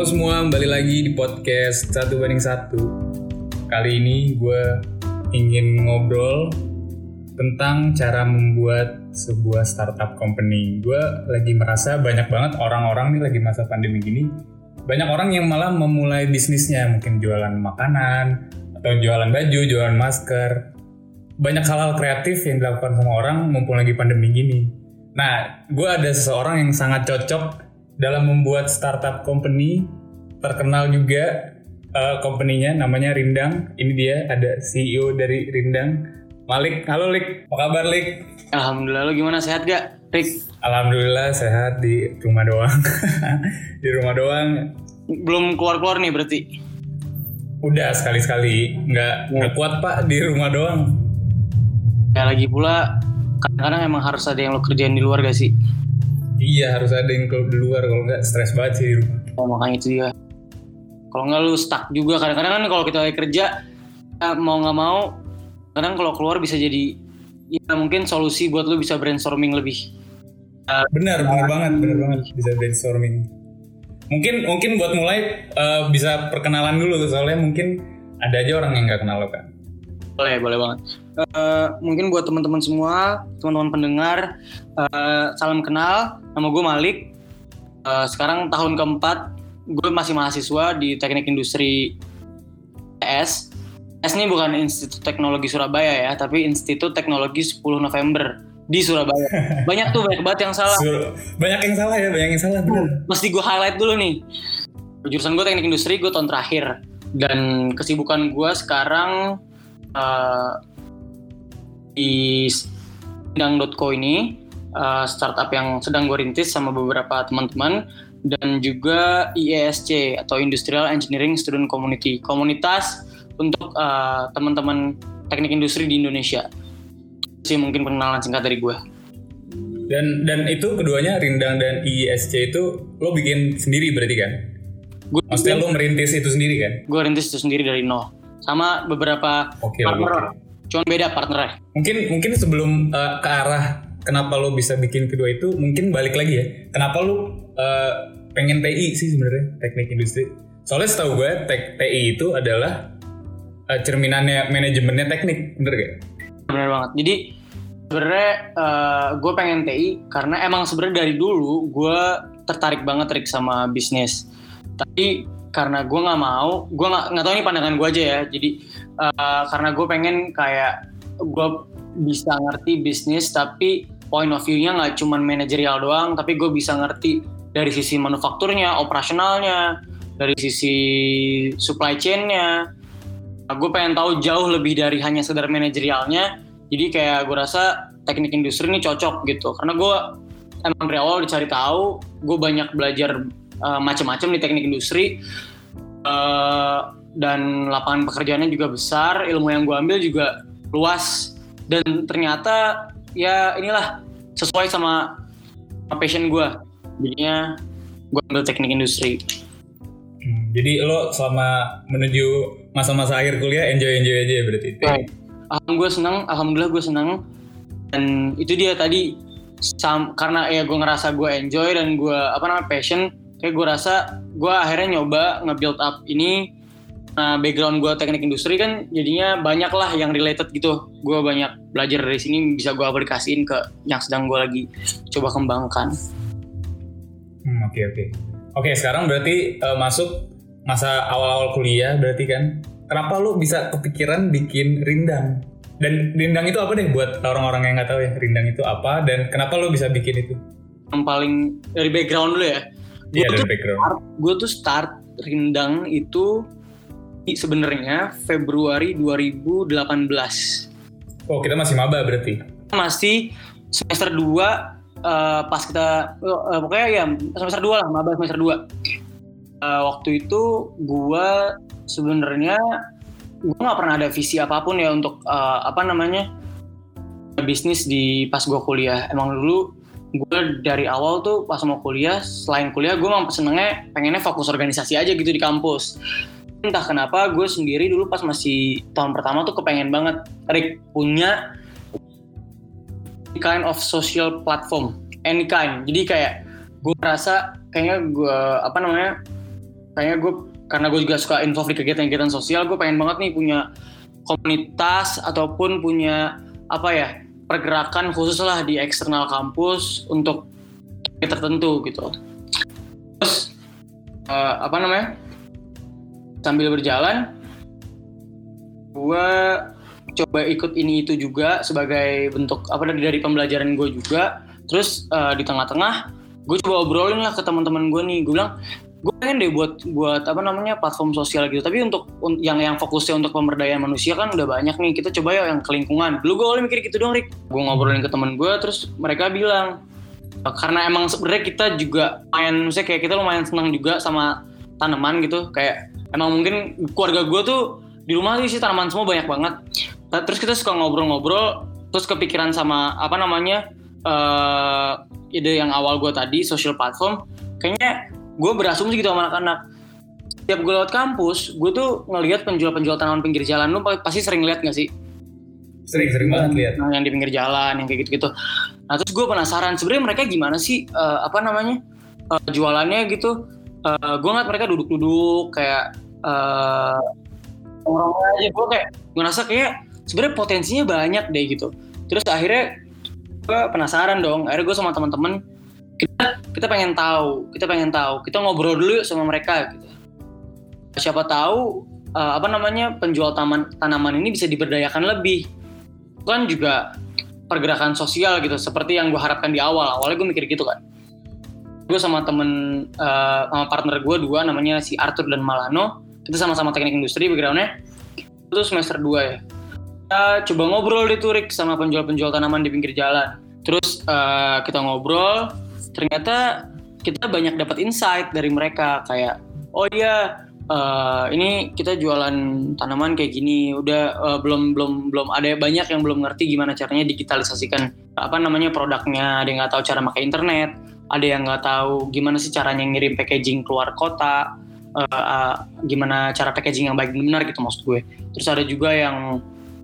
Halo semua, kembali lagi di podcast 1banding 1. Kali ini gue ingin ngobrol tentang cara membuat sebuah startup company. Gue lagi merasa banyak banget orang-orang nih lagi masa pandemi gini, banyak orang yang malah memulai bisnisnya, mungkin jualan makanan, atau jualan baju, jualan masker. Banyak hal-hal kreatif yang dilakukan sama orang mumpung lagi pandemi gini. Nah, gue ada seseorang yang sangat cocok dalam membuat startup company, terkenal juga company-nya, namanya Rindang. Ini dia, ada CEO dari Rindang, Malik. Halo Lik, apa kabar Lik? Alhamdulillah, lu gimana, sehat gak, Rik? Alhamdulillah sehat, di rumah doang. Di rumah doang. Belum keluar-keluar nih berarti? Udah sekali-sekali, nggak kuat pak di rumah doang. Ya lagi pula, kadang-kadang emang harus ada yang lo kerjain di luar gak sih? Iya, harus ada yang di luar, kalau nggak stres banget sih di rumah. Oh, makanya itu dia. Kalau nggak lu stuck juga. Kadang-kadang kan kalau kita lagi kerja, mau nggak mau, kadang kalau keluar bisa jadi, ya mungkin solusi buat lu bisa brainstorming lebih. Benar banget bisa brainstorming. Mungkin buat mulai bisa perkenalan dulu, soalnya mungkin ada aja orang yang nggak kenal lo kan. Boleh banget. Mungkin buat teman-teman semua, teman-teman pendengar, salam kenal. Nama gue Malik. Sekarang tahun keempat, gue masih mahasiswa di Teknik Industri ITS. ITS ini bukan Institut Teknologi Surabaya ya, tapi Institut Teknologi 10 November di Surabaya. Banyak banget yang salah. Banyak yang salah benar. Mesti gue highlight dulu nih. Jurusan gue Teknik Industri, gue tahun terakhir. Dan kesibukan gue sekarang di Rindang.co ini, startup yang sedang gue rintis sama beberapa teman-teman, dan juga IESC atau Industrial Engineering Student Community, komunitas untuk teman-teman teknik industri di Indonesia. Itu sih mungkin pengenalan singkat dari gue. Dan itu keduanya, Rindang dan IESC itu lo bikin sendiri berarti kan? Maksudnya lo merintis itu sendiri kan? Gue rintis itu sendiri dari nol, sama beberapa partner. Cuman beda partnernya. Mungkin sebelum ke arah kenapa lo bisa bikin kedua itu, mungkin balik lagi ya. Kenapa lo pengen TI sih sebenarnya, teknik industri? Soalnya setahu gue TI itu adalah cerminannya manajemennya teknik, bener gak? Bener banget. Jadi sebenarnya gue pengen TI karena emang sebenarnya dari dulu gue tertarik banget Rik sama bisnis. Tapi karena gue nggak tahu ini pandangan gue aja ya. Jadi karena gue pengen kayak gue bisa ngerti bisnis, tapi point of view-nya nggak cuma manajerial doang, tapi gue bisa ngerti dari sisi manufakturnya, operasionalnya, dari sisi supply chain-nya. Gue pengen tahu jauh lebih dari hanya sekedar manajerialnya. Jadi kayak gue rasa teknik industri ini cocok gitu. Karena gue emang dari awal dicari tahu, gue banyak belajar macam-macam di teknik industri, dan lapangan pekerjaannya juga besar, ilmu yang gue ambil juga luas, dan ternyata ya inilah sesuai sama passion gue. Jadinya gue ambil teknik industri. Jadi lo selama menuju masa-masa akhir kuliah enjoy aja ya berarti? Alhamdulillah gue senang. Dan itu dia tadi, karena ya gue ngerasa gue enjoy dan gue passion. Kayak gue rasa gue akhirnya nyoba nge-build up ini. Nah, background gue teknik industri kan jadinya banyak lah yang related gitu. Gue banyak belajar dari sini, bisa gue aplikasiin ke yang sedang gue lagi coba kembangkan. Oke, sekarang berarti masuk masa awal-awal kuliah berarti kan. Kenapa lu bisa kepikiran bikin Rindang? Dan Rindang itu apa deh buat orang-orang yang nggak tahu ya, Rindang itu apa dan kenapa lu bisa bikin itu? Yang paling dari background dulu ya. Iya, dari background. Gue tuh start Rindang itu sebenarnya Februari 2018. Oh, kita masih maba berarti? Masih semester 2, pas kita, pokoknya ya semester 2 lah, maba semester 2. Waktu itu gue sebenarnya gak pernah ada visi apapun ya untuk bisnis di pas gue kuliah. Emang dulu gue dari awal tuh pas mau kuliah, selain kuliah gue emang pengennya fokus organisasi aja gitu di kampus. Entah kenapa gue sendiri dulu pas masih tahun pertama tuh kepengen banget Rik punya kind of social platform, any kind. Jadi kayak gue rasa kayaknya gue kayaknya gue, karena gue juga suka involve di kegiatan-kegiatan sosial, gue pengen banget nih punya komunitas ataupun punya pergerakan khusus lah di eksternal kampus untuk tertentu gitu. Terus sambil berjalan gue coba ikut ini itu juga sebagai bentuk dari pembelajaran gue juga. Terus di tengah-tengah gue coba obrolin lah ke teman-teman gue nih, gue bilang gue pengen deh buat platform sosial gitu, tapi untuk yang fokusnya untuk pemberdayaan manusia kan udah banyak nih, kita coba ya yang ke lingkungan. Dulu gue awalnya mikir gitu dong, Rik. Gue ngobrolin ke teman gue, terus mereka bilang karena emang sebenarnya kita juga maksudnya kayak kita lumayan senang juga sama tanaman gitu, kayak emang mungkin keluarga gue tuh di rumah sih tanaman semua banyak banget. Terus kita suka ngobrol-ngobrol, terus kepikiran sama ide yang awal gue tadi, social platform. Kayaknya gue berasumsi gitu sama anak-anak. Setiap gue lewat kampus, gue tuh ngelihat penjual-penjual tanaman pinggir jalan. Lu pasti sering lihat nggak sih? Sering banget lihat. Yang di pinggir jalan, yang kayak gitu-gitu. Nah terus gue penasaran, sebenarnya mereka gimana sih jualannya gitu. Gue ngeliat mereka duduk-duduk kayak orang aja. Gue ngerasa kayak sebenarnya potensinya banyak deh gitu. Terus akhirnya gue penasaran dong. Akhirnya gue sama teman-teman kita pengen tahu, kita ngobrol dulu yuk sama mereka gitu. Siapa tahu penjual tanaman ini bisa diberdayakan lebih. Itu kan juga pergerakan sosial gitu, seperti yang gue harapkan di awal. Awalnya gue mikir gitu kan. Gue sama sama partner gue dua, namanya si Arthur dan Malano. Kita sama-sama teknik industri background-nya. Itu semester 2 ya. Kita coba ngobrol di Turik sama penjual-penjual tanaman di pinggir jalan. Terus kita ngobrol, ternyata kita banyak dapat insight dari mereka, kayak oh iya ini kita jualan tanaman kayak gini, udah belum ada banyak yang belum ngerti gimana caranya digitalisasikan produknya. Ada yang nggak tahu cara pakai internet, ada yang nggak tahu gimana sih caranya ngirim packaging keluar kota, gimana cara packaging yang baik dan benar gitu maksud gue. Terus ada juga yang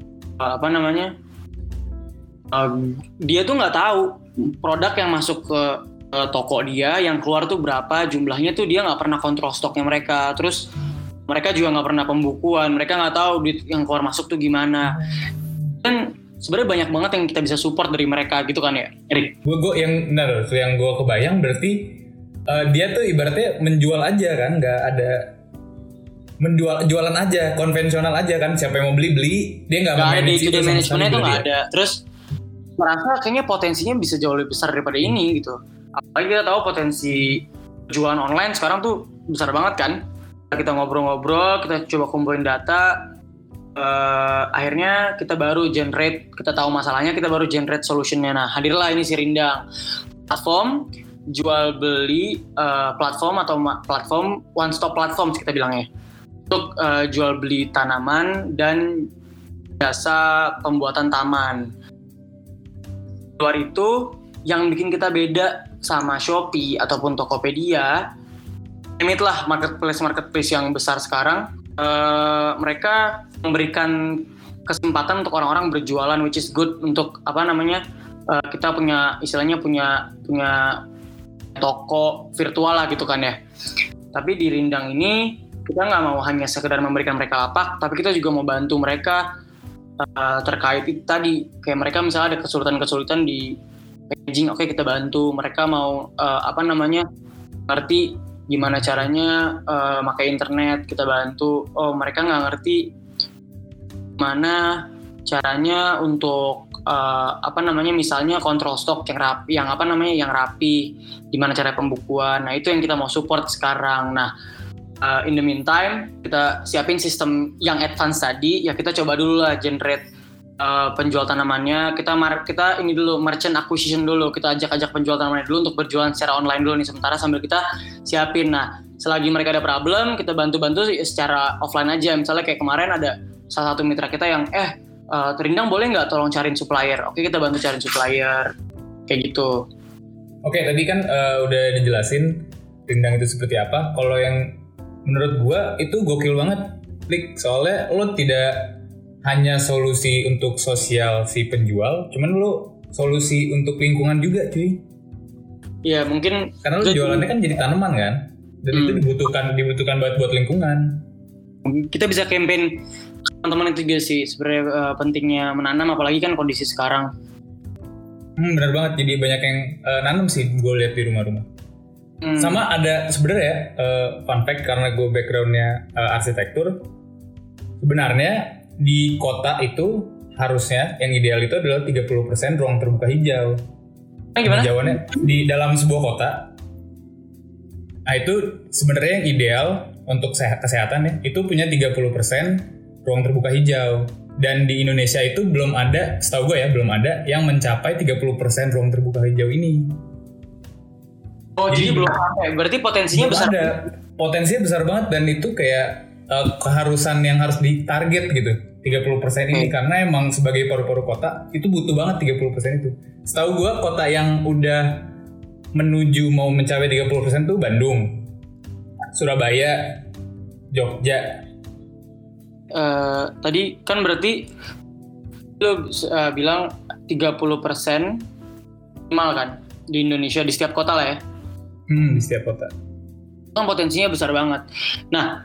dia tuh nggak tahu produk yang masuk ke toko dia yang keluar tuh berapa jumlahnya, tuh dia nggak pernah kontrol stoknya mereka. Terus mereka juga nggak pernah pembukuan, mereka nggak tahu duit yang keluar masuk tuh gimana. Dan sebenarnya banyak banget yang kita bisa support dari mereka gitu kan ya, Erik? Gue yang gue kebayang berarti dia tuh ibaratnya menjual aja kan, nggak ada jualan aja, konvensional aja kan, siapa yang mau beli dia nggak ada itu, dan manajemennya tuh nggak ada. Terus merasa kayaknya potensinya bisa jauh lebih besar daripada ini gitu. Apalagi kita tahu potensi jualan online sekarang tuh besar banget kan. Kita ngobrol-ngobrol, kita coba kumpulin data, akhirnya kita baru generate, kita tahu masalahnya, kita baru generate solutionnya. Nah hadirlah ini si Rindang, platform jual beli, platform one stop platform kita bilangnya, untuk jual beli tanaman dan jasa pembuatan taman. Luar itu yang bikin kita beda sama Shopee ataupun Tokopedia, lah marketplace yang besar sekarang, mereka memberikan kesempatan untuk orang-orang berjualan, which is good untuk kita punya toko virtual lah gitu kan ya. Tapi di Rindang ini kita nggak mau hanya sekedar memberikan mereka lapak, tapi kita juga mau bantu mereka terkait itu tadi, kayak mereka misalnya ada kesulitan di packaging, oke kita bantu. Mereka mau ngerti gimana caranya pakai internet, kita bantu. Oh mereka nggak ngerti gimana caranya untuk misalnya kontrol stok yang rapi, gimana cara pembukuan. Nah itu yang kita mau support sekarang. Nah in the meantime kita siapin sistem yang advance tadi ya, kita coba dulu lah generate penjual tanamannya. Kita ini dulu merchant acquisition dulu, kita ajak penjual tanamannya dulu untuk berjualan secara online dulu nih sementara sambil kita siapin. Nah selagi mereka ada problem, kita bantu secara offline aja. Misalnya kayak kemarin ada salah satu mitra kita yang Rindang boleh nggak tolong cariin supplier. Oke kita bantu cariin supplier kayak gitu. Oke tadi kan udah dijelasin Rindang itu seperti apa. Kalau yang menurut gue itu gokil banget, Klik. Soalnya lo tidak hanya solusi untuk sosial si penjual, cuman lo solusi untuk lingkungan juga, cuy. Iya mungkin karena lo jualannya kan jadi tanaman kan. Dan itu dibutuhkan buat lingkungan. Kita bisa campaign teman-teman itu juga sih sebenarnya pentingnya menanam, apalagi kan kondisi sekarang. Benar banget, jadi banyak yang nanam sih gue lihat di rumah-rumah. Sama ada sebenarnya fun fact, karena gue backgroundnya arsitektur. Sebenarnya di kota itu harusnya yang ideal itu adalah 30% ruang terbuka hijau. Gimana? Hijauannya di dalam sebuah kota. Nah itu sebenarnya yang ideal untuk kesehatan ya, itu punya 30% ruang terbuka hijau. Dan di Indonesia itu belum ada, setahu gue ya, belum ada yang mencapai 30% ruang terbuka hijau ini. Jadi belum sampai, berarti potensinya besar. Ada. Potensinya besar banget, dan itu kayak keharusan yang harus ditarget gitu. 30% ini, karena emang sebagai paru-paru kota itu butuh banget 30% itu. Setahu gue kota yang udah menuju mau mencapai 30% tuh Bandung, Surabaya, Jogja. Tadi kan berarti lo bilang 30% minimal kan di Indonesia, di setiap kota lah ya. Di setiap kota. Kan potensinya besar banget. Nah,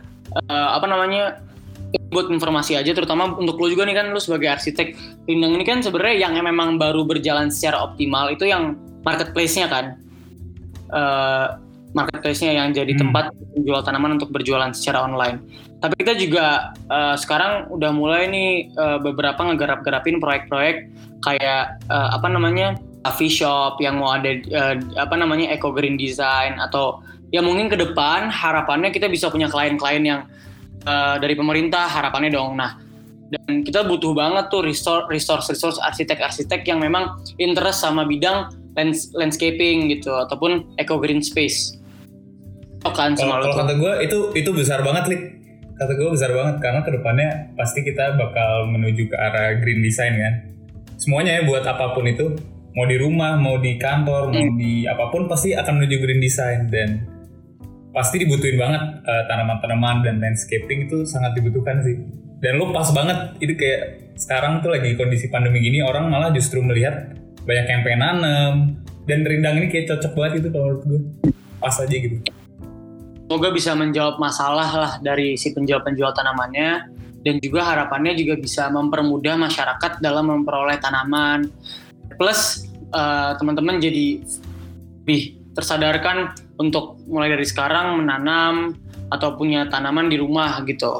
buat informasi aja, terutama untuk lo juga nih kan, lo sebagai arsitek, Rindang ini kan sebenarnya yang memang baru berjalan secara optimal itu yang marketplace-nya kan. Marketplace-nya yang jadi tempat menjual tanaman untuk berjualan secara online. Tapi kita juga sekarang udah mulai nih beberapa ngegarap-garapin proyek-proyek kayak coffee shop yang mau ada eco green design, atau ya mungkin ke depan harapannya kita bisa punya klien-klien yang dari pemerintah, harapannya dong. Nah, dan kita butuh banget tuh resource arsitek-arsitek yang memang interest sama bidang landscaping gitu, ataupun eco green space. Kalau kata gue itu besar banget, Lik. Kata gue besar banget, karena kedepannya pasti kita bakal menuju ke arah green design kan. Semuanya ya, buat apapun itu, mau di rumah, mau di kantor, mau di apapun, pasti akan menuju green design. Dan pasti dibutuhin banget tanaman-tanaman dan landscaping itu sangat dibutuhkan sih. Dan lo pas banget, itu kayak sekarang tuh lagi kondisi pandemi gini, orang malah justru melihat banyak yang pengen nanam. Dan Rindang ini kayak cocok banget itu kalau menurut gue. Pas aja gitu. Semoga bisa menjawab masalah lah dari si penjual-penjual tanamannya, dan juga harapannya juga bisa mempermudah masyarakat dalam memperoleh tanaman. Plus teman-teman jadi lebih tersadarkan untuk mulai dari sekarang menanam atau punya tanaman di rumah gitu.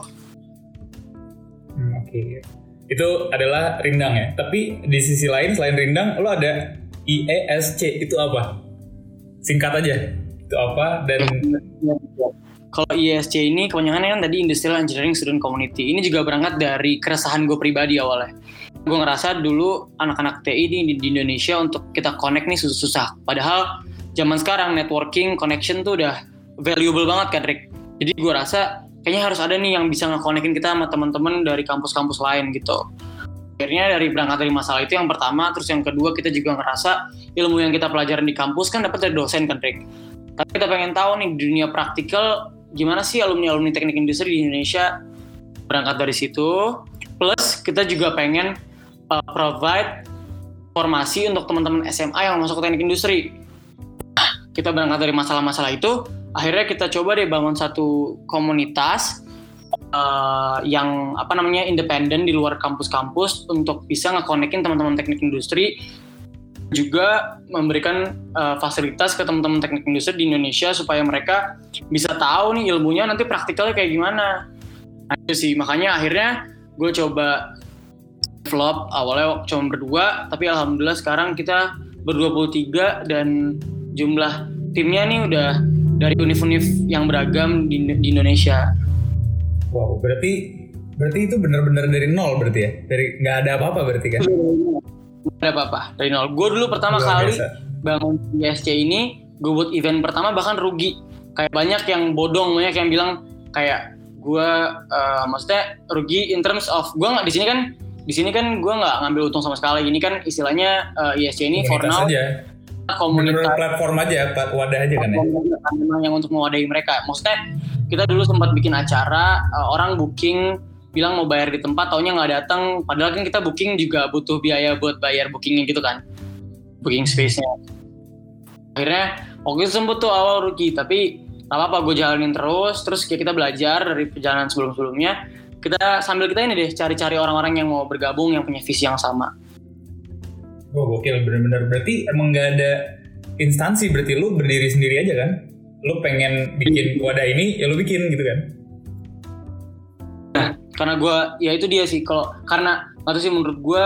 Oke. Itu adalah Rindang ya. Tapi di sisi lain selain Rindang, lo ada IESC, itu apa? Singkat aja. Itu apa? Dan kalau IESC ini kebanyakan kan tadi Industrial Engineering Student Community. Ini juga berangkat dari keresahan gue pribadi awalnya. Gue ngerasa dulu anak-anak TI di Indonesia untuk kita connect nih susah. Padahal zaman sekarang networking, connection tuh udah valuable banget kan, Rick. Jadi gue rasa kayaknya harus ada nih yang bisa nge-connectin kita sama teman-teman dari kampus-kampus lain gitu. Akhirnya berangkat dari masalah itu yang pertama, terus yang kedua kita juga ngerasa ilmu yang kita pelajarin di kampus kan dapat dari dosen kan, Rick. Tapi kita pengen tahu nih di dunia praktikal gimana sih alumni teknik industri di Indonesia. Berangkat dari situ, plus kita juga pengen provide informasi untuk teman-teman SMA yang masuk ke teknik industri. Kita berangkat dari masalah-masalah itu, akhirnya kita coba deh bangun satu komunitas yang independen di luar kampus-kampus untuk bisa nge-connectin teman-teman teknik industri, juga memberikan fasilitas ke teman-teman teknik industri di Indonesia supaya mereka bisa tahu nih ilmunya nanti praktikalnya kayak gimana. Nah, itu sih makanya akhirnya gue coba develop, awalnya cuma berdua, tapi alhamdulillah sekarang kita ber-23 dan jumlah timnya nih udah dari univ-univ yang beragam di Indonesia. Wow, berarti itu benar-benar dari nol berarti ya? Dari nggak ada apa-apa berarti kan? Nggak ada apa-apa, dari nol. Gue dulu pertama kali bangun IESC ini, gue buat event pertama bahkan rugi. Kayak banyak yang bodong, banyak yang bilang kayak gue maksudnya rugi in terms of gue nggak di sini kan gue nggak ngambil untung sama sekali. Ini kan istilahnya IESC ini for now aja. Komunitas platform aja, wadah aja kan ya. Memang yang untuk mewadahi mereka. Maksudnya kita dulu sempat bikin acara, orang booking bilang mau bayar di tempat, taunya nggak datang. Padahal kan kita booking juga butuh biaya buat bayar bookingnya gitu kan, booking space-nya. Akhirnya waktu itu sempat tuh awal rugi, tapi Gak apa-apa, gue jalanin terus kayak kita belajar dari perjalanan sebelum-sebelumnya. Sambil kita ini deh cari-cari orang-orang yang mau bergabung, yang punya visi yang sama. Gokil, bener-bener. Berarti emang gak ada instansi, berarti lu berdiri sendiri aja kan? Lu pengen bikin wadah ini, ya lu bikin gitu kan? Nah, karena gue, ya itu dia sih. Karena atau sih menurut gue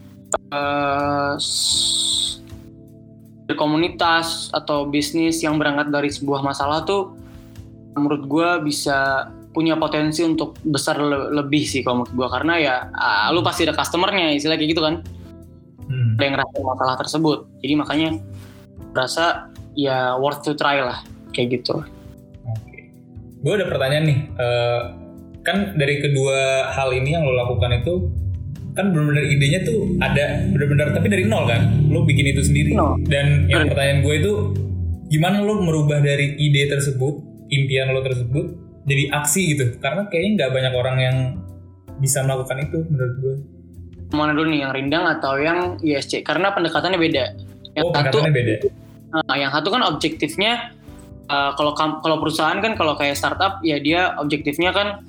komunitas atau bisnis yang berangkat dari sebuah masalah tuh menurut gue bisa punya potensi untuk besar lebih sih kalau menurut gue, karena ya lu pasti ada customernya, istilah kayak gitu kan. Ada yang ngerasa masalah tersebut, jadi makanya rasa ya worth to try lah kayak gitu. Oke. Gue ada pertanyaan nih, kan dari kedua hal ini yang lo lakukan itu kan benar-benar idenya tuh ada benar-benar tapi dari nol kan, lo bikin itu sendiri. Dan yang pertanyaan gue itu gimana lo merubah dari ide tersebut, impian lo tersebut jadi aksi gitu, karena kayaknya nggak banyak orang yang bisa melakukan itu menurut gue. Mana dulu nih, yang rindang atau yang ISC? Karena pendekatannya beda. Pendekatannya beda. Yang satu kan objektifnya kalau perusahaan kan, kalau kayak startup ya dia objektifnya kan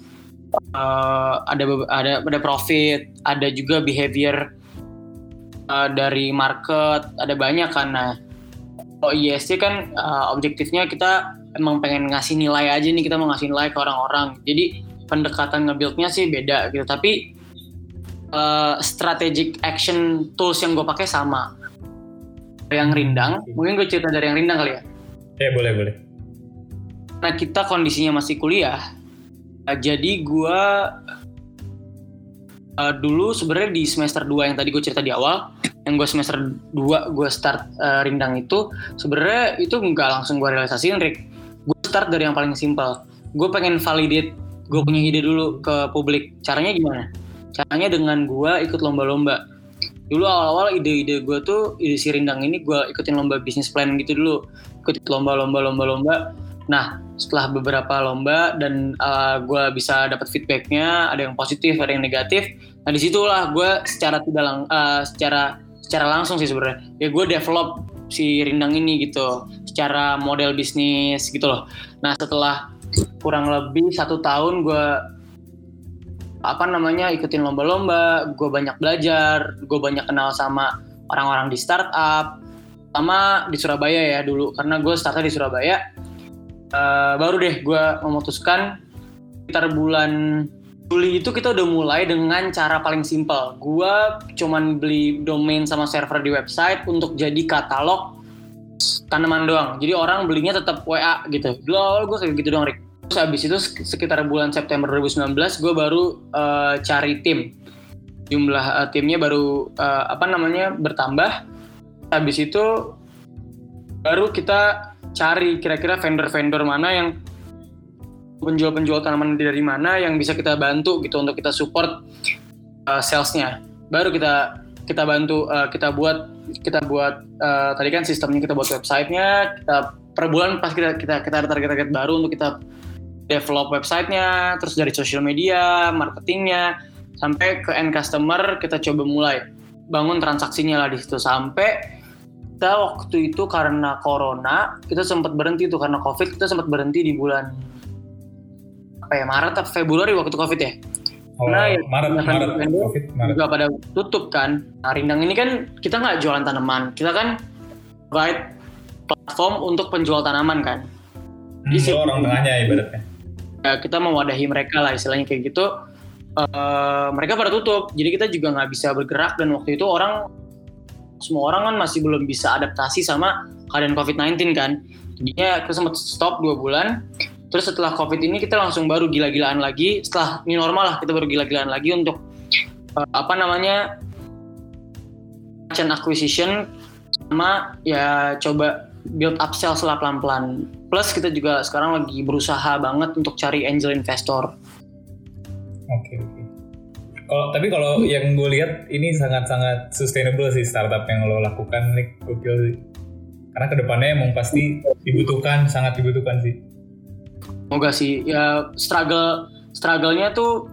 ada profit, ada juga behavior dari market, ada banyak kan. Nah, kalau ISC kan objektifnya kita emang pengen ngasih nilai aja nih, kita mau ngasih nilai ke orang-orang. Jadi pendekatan nge-build-nya sih beda gitu, tapi strategic action tools yang gue pakai sama. Yang rindang, mungkin gue cerita dari yang rindang kali ya. Ya boleh. Nah, kita kondisinya masih kuliah. Jadi gue dulu sebenarnya di semester 2 yang tadi gue cerita di awal, yang gue semester 2 gue start rindang itu, sebenarnya itu nggak langsung gue realisasiin, Rick. Gue start dari yang paling simpel. Gue pengen validate gue punya ide dulu ke publik. Caranya gimana? Caranya dengan gue ikut lomba-lomba. Dulu awal-awal ide gue tuh, ide si rindang ini gue ikutin lomba bisnis plan gitu dulu. Ikut lomba. Nah, setelah beberapa lomba dan gue bisa dapat feedbacknya, ada yang positif, ada yang negatif. Nah, disitulah gue secara langsung sih sebenarnya. Ya gue develop si rindang ini gitu, secara model bisnis gitu loh. Nah, setelah kurang lebih 1 tahun gue ikutin lomba-lomba, gue banyak belajar, gue banyak kenal sama orang-orang di startup, sama di Surabaya ya dulu, karena gue startnya di Surabaya. Baru deh gue memutuskan sekitar bulan Juli itu kita udah mulai dengan cara paling simpel. Gue cuman beli domain sama server di website untuk jadi katalog tanaman doang. Jadi orang belinya tetap WA gitu. Dulu awal gue kayak gitu doang, Rick. Terus habis itu sekitar bulan September 2019 gue baru cari tim. Jumlah timnya baru bertambah. Habis itu baru kita cari kira-kira vendor-vendor mana yang penjual-penjual tanaman dari mana yang bisa kita bantu gitu untuk kita support salesnya. Baru kita bantu, kita buat tadi kan sistemnya, kita buat websitenya, kita per bulan pas kita ada target-target baru untuk kita develop websitenya, terus dari social media, marketingnya, sampai ke end customer kita coba mulai bangun transaksinya lah di situ. Sampai kita waktu itu karena corona kita sempat berhenti tuh, karena covid kita sempat berhenti di bulan Maret atau Februari waktu COVID ya. Karena Maret juga pada tutup kan. Nah, rindang ini kan kita nggak jualan tanaman, kita kan provide platform untuk penjual tanaman kan. Jadi orang tengahnya ibaratnya. Ya, kita mewadahi mereka lah istilahnya kayak gitu. Mereka pada tutup, jadi kita juga nggak bisa bergerak, dan waktu itu semua orang kan masih belum bisa adaptasi sama keadaan COVID-19 kan. Jadinya kita sempat stop 2 bulan. Terus setelah COVID ini kita langsung baru gila-gilaan lagi. Setelah ini normal lah, kita baru gila-gilaan lagi untuk merchant acquisition, sama ya coba build up sales lah pelan-pelan. Plus kita juga sekarang lagi berusaha banget untuk cari angel investor. Oke. Tapi kalau yang gue lihat ini sangat-sangat sustainable sih startup yang lo lakukan, Nick. Gokil sih. Karena kedepannya emang pasti sangat dibutuhkan sih. Semoga sih. Ya struggle-nya tuh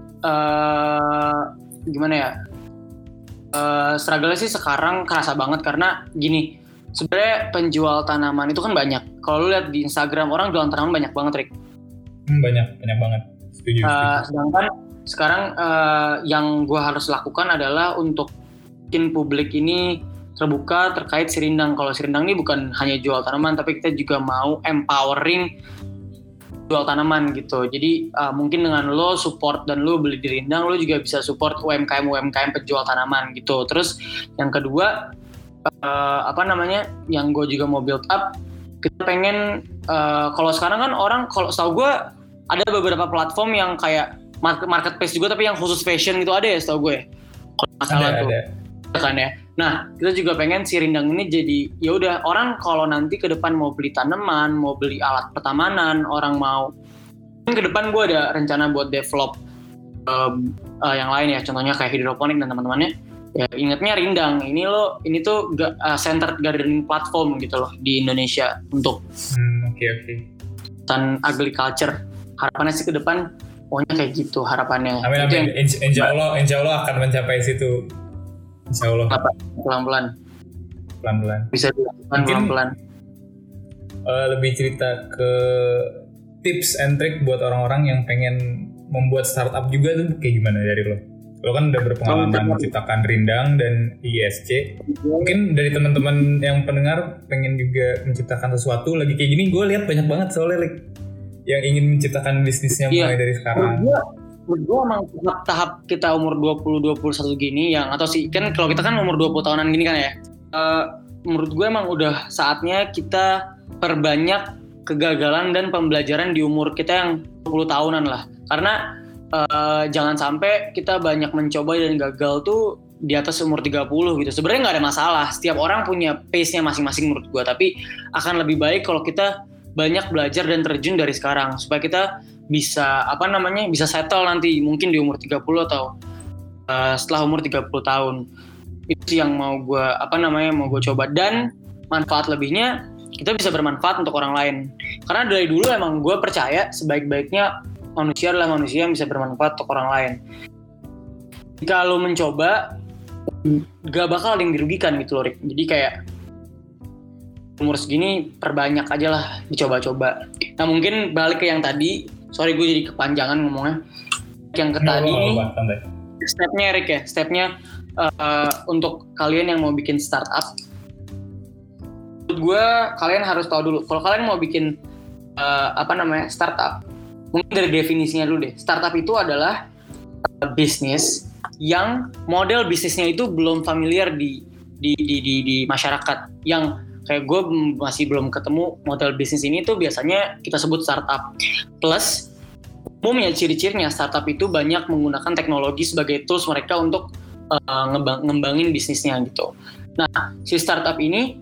gimana ya? Struggle-nya sih sekarang kerasa banget karena gini, sebenarnya penjual tanaman itu kan banyak. Kalau lu lihat di Instagram orang jualan tanaman banyak banget, Rick. Banyak banget. Setuju. Sedangkan sekarang yang gue harus lakukan adalah untuk bikin publik ini terbuka terkait Sirindang. Kalau Sirindang ini bukan hanya jual tanaman, tapi kita juga mau empowering jual tanaman gitu. Jadi mungkin dengan lo support dan lo beli di Rindang, lo juga bisa support UMKM penjual tanaman gitu. Terus yang kedua, yang gue juga mau build up, kita pengen kalau sekarang kan orang, kalau setahu gue ada beberapa platform yang kayak marketplace juga, tapi yang khusus fashion gitu ada ya setahu gue. Kalau masalah tuh, kan ya. Nah, kita juga pengen si Rindang ini jadi, ya udah orang kalau nanti ke depan mau beli tanaman, mau beli alat pertamanan, orang mau, ke depan gue ada rencana buat develop yang lain ya, contohnya kayak hidroponik dan teman-temannya. Ya ingatnya Rindang, ini tuh centered gardening platform gitu loh di Indonesia untuk dan agriculture. Harapannya sih ke depan pokoknya kayak gitu harapannya. Amin. Insya Allah akan mencapai situ. Insya Allah. Pelan-pelan. Bisa dilakukan pelan-pelan. Lebih cerita ke tips and trick buat orang-orang yang pengen membuat startup juga tuh kayak gimana dari lo? Lo kan udah berpengalaman menciptakan Rindang dan ISC. Mungkin dari teman-teman yang pendengar pengen juga menciptakan sesuatu lagi kayak gini, gue lihat banyak banget soalnya yang ingin menciptakan bisnisnya mulai dari sekarang. Menurut gue emang tahap kita umur 20-21 gini yang, atau sih kan kalau kita kan umur 20 tahunan gini kan ya, menurut gue emang udah saatnya kita perbanyak kegagalan dan pembelajaran di umur kita yang 20 tahunan lah. Karena jangan sampai kita banyak mencoba dan gagal tuh di atas umur 30 gitu. Sebenarnya nggak ada masalah, setiap orang punya pace-nya masing-masing menurut gue, tapi akan lebih baik kalau kita banyak belajar dan terjun dari sekarang supaya kita bisa bisa settle nanti mungkin di umur 30 atau setelah umur 30 tahun. Itu yang mau gue coba, dan manfaat lebihnya kita bisa bermanfaat untuk orang lain. Karena dari dulu emang gue percaya sebaik-baiknya manusia adalah manusia yang bisa bermanfaat untuk orang lain. Jika lo mencoba, gak bakal ada yang dirugikan gitu loh, Rick. Jadi kayak umur segini perbanyak aja lah, dicoba-coba. Nah mungkin balik ke yang tadi, sorry gue jadi kepanjangan ngomongnya. Yang ke tadi ini, stepnya Rick ya, stepnya untuk kalian yang mau bikin startup. Menurut gue kalian harus tahu dulu, kalau kalian mau bikin startup, mungkin dari definisinya dulu deh. Startup itu adalah bisnis yang model bisnisnya itu belum familiar di masyarakat. Yang kayak gue masih belum ketemu model bisnis ini tuh biasanya kita sebut startup. Plus umumnya ciri-cirinya startup itu banyak menggunakan teknologi sebagai tools mereka untuk ngembangin bisnisnya gitu. Nah si startup ini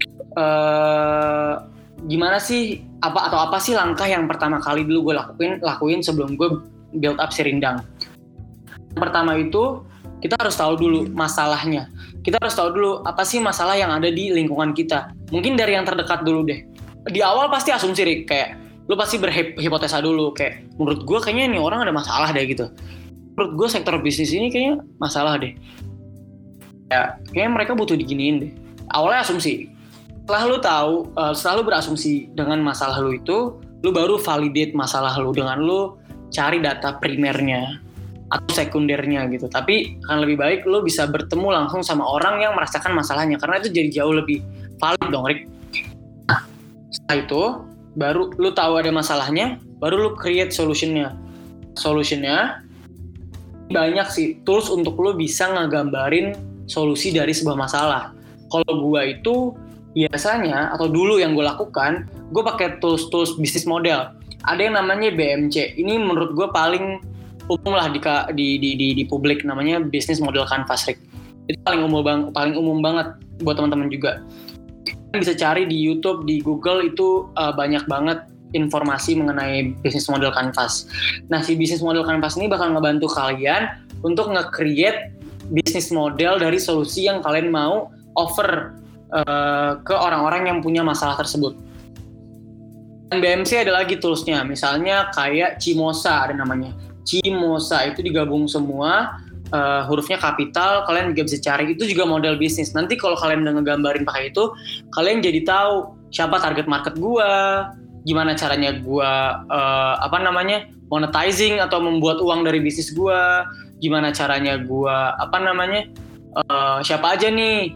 gimana sih apa sih langkah yang pertama kali dulu gue lakuin sebelum gue build up si Rindang? Yang pertama itu kita harus tahu dulu masalahnya. Kita harus tahu dulu apa sih masalah yang ada di lingkungan kita. Mungkin dari yang terdekat dulu deh. Di awal pasti asumsi Rick, kayak lu pasti berhipotesa dulu kayak menurut gue kayaknya ini orang ada masalah deh gitu. Menurut gue sektor bisnis ini kayaknya masalah deh. Ya, kayaknya mereka butuh diginiin deh. Awalnya asumsi. Setelah lu berasumsi dengan masalah lu itu, lu baru validate masalah lu dengan lu cari data primernya atau sekundernya gitu. Tapi akan lebih baik lu bisa bertemu langsung sama orang yang merasakan masalahnya, karena itu jadi jauh lebih valid dong, Rick. Nah, setelah itu baru lu tahu ada masalahnya, baru lu create solutionnya. Solutionnya banyak sih tools untuk lu bisa ngegambarin solusi dari sebuah masalah. Kalau gua itu biasanya atau dulu yang gue lakukan, gue pakai tools bisnis model. Ada yang namanya BMC. Ini menurut gue paling umum lah di publik, namanya Business Model Canvas, Rick. Itu paling umum banget buat teman-teman juga. Kalian bisa cari di YouTube, di Google itu banyak banget informasi mengenai Business Model Canvas. Nah, si Business Model Canvas ini bakal ngebantu kalian untuk nge-create bisnis model dari solusi yang kalian mau offer ke orang-orang yang punya masalah tersebut. Dan BMC ada lagi toolsnya, misalnya kayak Cimosa ada namanya. Cimosa itu digabung semua hurufnya kapital, kalian juga bisa cari. Itu juga model bisnis. Nanti kalau kalian udah ngegambarin pakai itu, kalian jadi tahu siapa target market gua, gimana caranya gua monetizing atau membuat uang dari bisnis gua, gimana caranya gua siapa aja nih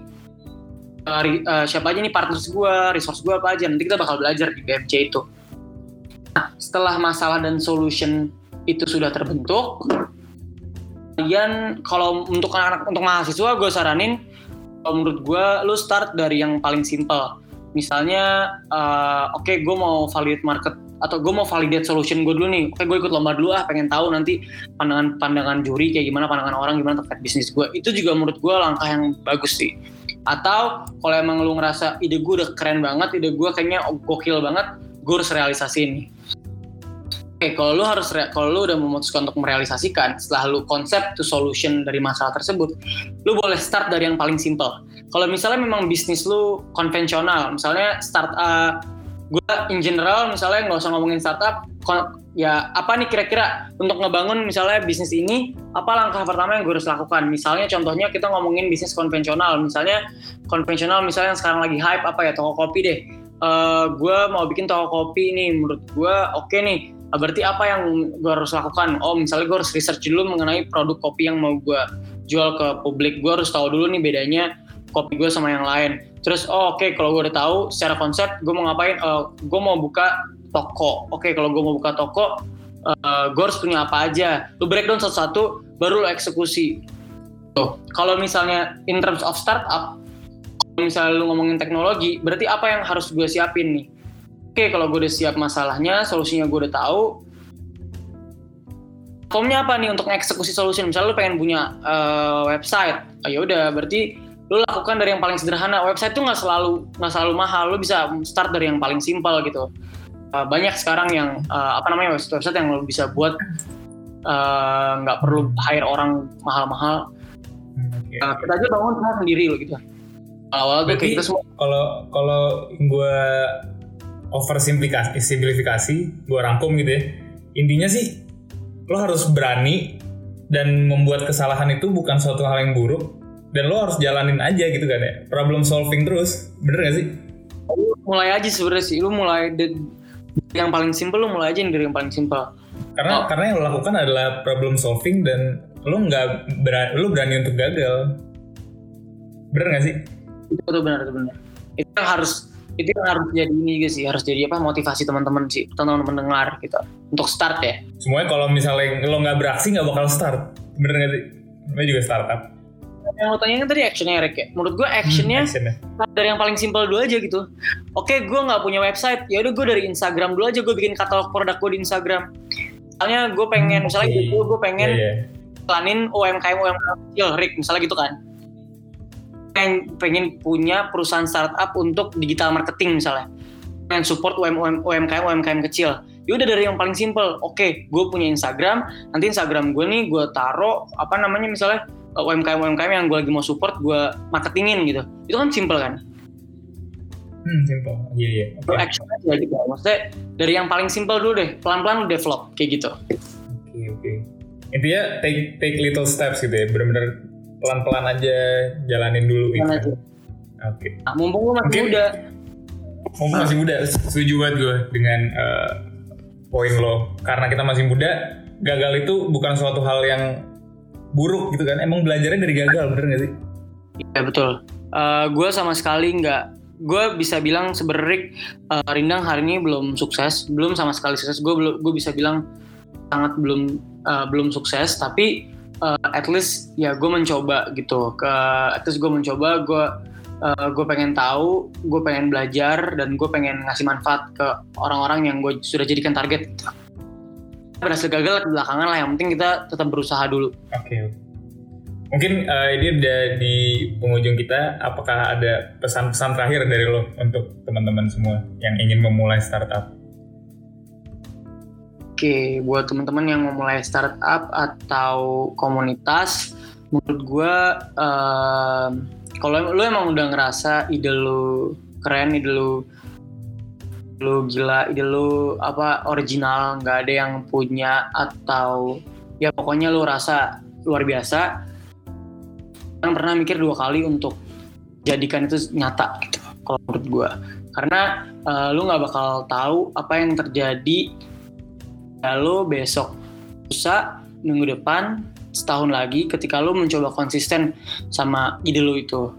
partners gua, resource gua apa aja. Nanti kita bakal belajar di BMC itu. Nah, setelah masalah dan solution itu sudah terbentuk, kalian kalau untuk mahasiswa gue saranin, kalau menurut gue lu start dari yang paling simple. Misalnya gue mau validate market atau gue mau validate solution gue dulu nih. Gue ikut lomba dulu pengen tahu nanti pandangan juri kayak gimana, pandangan orang gimana terkait bisnis gue. Itu juga menurut gue langkah yang bagus sih. Atau kalau emang lu ngerasa ide gue udah keren banget, ide gue kayaknya gokil banget, gue harus realisasiin nih. Kalau lu udah memutuskan untuk merealisasikan, setelah lu konsep to solution dari masalah tersebut, lu boleh start dari yang paling simple. Kalau misalnya memang bisnis lu konvensional, misalnya gue in general misalnya nggak usah ngomongin startup, ya apa nih kira-kira untuk ngebangun misalnya bisnis ini, apa langkah pertama yang gue harus lakukan? Misalnya contohnya kita ngomongin bisnis konvensional, misalnya yang sekarang lagi hype apa ya, toko kopi deh. Gue mau bikin toko kopi nih, menurut gue oke nih. Berarti apa yang gue harus lakukan? Misalnya gue harus research dulu mengenai produk kopi yang mau gue jual ke publik. Gue harus tahu dulu nih bedanya kopi gue sama yang lain. Terus kalau gue udah tahu secara konsep gue mau ngapain? Gue mau buka toko. Kalau gue mau buka toko, gue harus punya apa aja. Lu breakdown satu-satu, baru lu eksekusi. Kalau misalnya in terms of startup, misalnya lu ngomongin teknologi, berarti apa yang harus gue siapin nih? Kalau gue udah siap masalahnya, solusinya gue udah tahu. Platformnya apa nih untuk eksekusi solusi? Misalnya lu pengen punya website, ya udah berarti lu lakukan dari yang paling sederhana. Website tuh nggak selalu mahal, lu bisa start dari yang paling simpel gitu. Banyak sekarang yang website yang lu bisa buat nggak perlu hire orang mahal-mahal. Kita aja bangun sendiri lo gitu. Awal tuh kayak gitu semua. Kalau gue simplifikasi, gue rangkum gitu ya. Intinya sih, lo harus berani dan membuat kesalahan itu bukan suatu hal yang buruk, dan lo harus jalanin aja gitu kan ya. Problem solving terus, bener gak sih? Mulai aja sebenarnya sih, lo mulai dari yang paling simple, lo mulai aja dari yang paling simple. Karena yang lo lakukan adalah problem solving dan lo berani untuk gagal. Bener gak sih? Itu benar. Itu yang harus jadi ini juga sih, harus jadi motivasi teman-teman pendengar gitu untuk start ya. Semuanya kalau misalnya lo nggak beraksi nggak bakal start, bener nggak sih? Namanya juga startup. Yang lo tanyain tadi actionnya Rick ya. Menurut gue actionnya dari yang paling simpel dulu aja gitu. Gue nggak punya website, ya udah gue dari Instagram dulu aja, gue bikin katalog produk gue di Instagram. Misalnya gue pengen gue pengen iklanin UMKM kecil Rick misalnya gitu kan. Pengen punya perusahaan startup untuk digital marketing misalnya, pengen support UMKM kecil. Yaudah dari yang paling simple. Gue punya Instagram, nanti Instagram gue nih gue taruh misalnya UMKM yang gue lagi mau support, gue marketingin gitu. Itu kan simple kan? Simple. Iya. Action aja gitu. Maksudnya dari yang paling simple dulu deh, pelan-pelan develop kayak gitu. Oke. Intinya take little steps gitu ya, benar-benar pelan-pelan aja jalanin dulu gitu. Oke. Nah, mumpung lu masih muda. Setuju banget gue dengan poin lo. Karena kita masih muda, gagal itu bukan suatu hal yang buruk gitu kan. Emang belajarnya dari gagal, bener gak sih? Iya betul. Gue sama sekali nggak. Gue bisa bilang sebenarnya Rindang hari ini belum sama sekali sukses. Gue bisa bilang sangat belum sukses, tapi at least ya gue mencoba gitu. Gue pengen tahu, gue pengen belajar, dan gue pengen ngasih manfaat ke orang-orang yang gue sudah jadikan target gitu. Berhasil gagal belakangan lah, yang penting kita tetap berusaha dulu. Oke. Mungkin ini udah di penghujung kita. Apakah ada pesan-pesan terakhir dari lo untuk teman-teman semua yang ingin memulai startup? Oke, buat teman-teman yang mau mulai startup atau komunitas, menurut gue kalau lu emang udah ngerasa ide lu keren, ide lu gila, ide lu original, nggak ada yang punya, atau ya pokoknya lu rasa luar biasa. Jangan pernah mikir 2 kali untuk jadikan itu nyata gitu, kalau menurut gue. Karena lu nggak bakal tahu apa yang terjadi lo besok, lusa, minggu depan, setahun lagi ketika lu mencoba konsisten sama ide lu itu.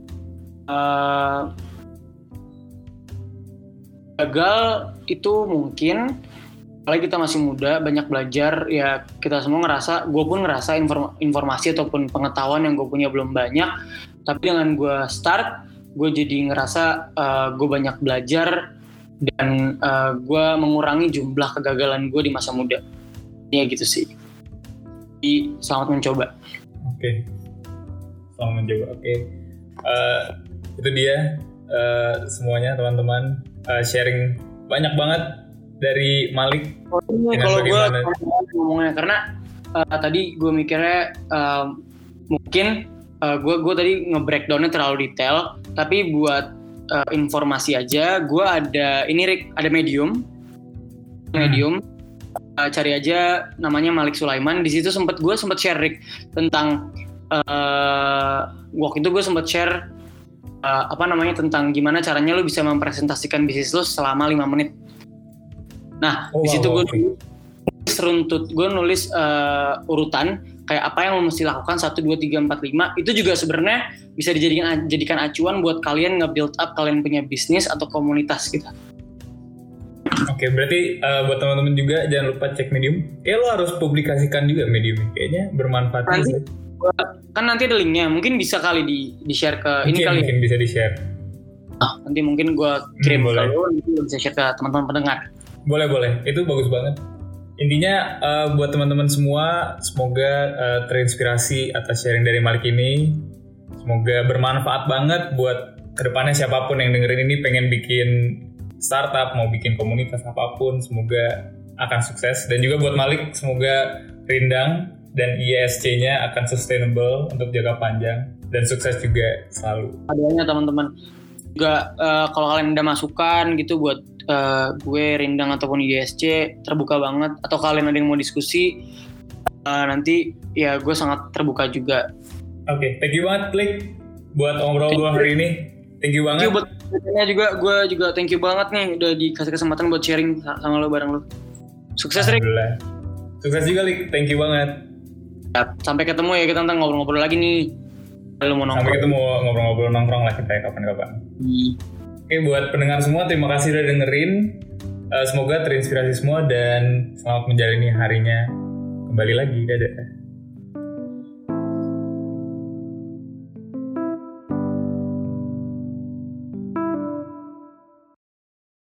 Gagal itu mungkin, apalagi kita masih muda, banyak belajar, ya kita semua ngerasa, gue pun ngerasa informasi ataupun pengetahuan yang gue punya belum banyak, tapi dengan gue start, gue jadi ngerasa gue banyak belajar dan gue mengurangi jumlah kegagalan gue di masa muda. Ya gitu sih. Jadi selamat mencoba. Oke. Selamat mencoba. Oke. Itu dia semuanya teman-teman, sharing banyak banget dari Malik. Kalau gue ngomongnya karena tadi gue mikirnya mungkin gue tadi nge-breakdownnya terlalu detail, tapi buat informasi aja, gue ada ini Rick, ada Medium, cari aja namanya Malik Sulaiman. Di situ gue sempat share Rick tentang waktu itu gue sempat share tentang gimana caranya lu bisa mempresentasikan bisnis lu selama 5 menit. Nah, di situ gue nulis urutan kayak apa yang lo mesti lakukan 1, 2, 3, 4, 5. Itu juga sebenarnya bisa dijadikan acuan buat kalian nge-build up kalian punya bisnis atau komunitas gitu. Oke, berarti buat teman-teman juga jangan lupa cek Medium. Lo harus publikasikan juga Medium, kayaknya bermanfaat nanti, kan nanti ada linknya, mungkin bisa kali di-share ke ini kali. Mungkin bisa di-share. Nanti mungkin gue kirim ke lo, nanti lo bisa share ke teman-teman pendengar. Boleh, itu bagus banget. Intinya buat teman-teman semua, semoga terinspirasi atas sharing dari Malik ini. Semoga bermanfaat banget buat kedepannya siapapun yang dengerin ini pengen bikin startup, mau bikin komunitas apapun, semoga akan sukses. Dan juga buat Malik, semoga Rindang dan ISC-nya akan sustainable untuk jangka panjang dan sukses juga selalu. Adanya teman-teman juga kalau kalian ada masukan gitu buat gue, Rindang ataupun ISC, terbuka banget. Atau kalian ada yang mau diskusi, nanti ya gue sangat terbuka juga. Oke, thank you banget Klik buat ngobrol hari ini. Thank you banget. Thank you buat kesempatannya juga, gue juga thank you banget nih udah dikasih kesempatan buat sharing sama lo, bareng lo. Sukses Rik. Alhamdulillah. Sukses juga Lik, thank you banget. Sampai ketemu ya, kita ntar ngobrol-ngobrol lagi nih. Lo mau nongkrong. Sampai ketemu ngobrol-ngobrol nongkrong lah kita kapan-kapan. Oke, buat pendengar semua, terima kasih udah dengerin. Semoga terinspirasi semua dan selamat menjalani harinya. Kembali lagi, dadah.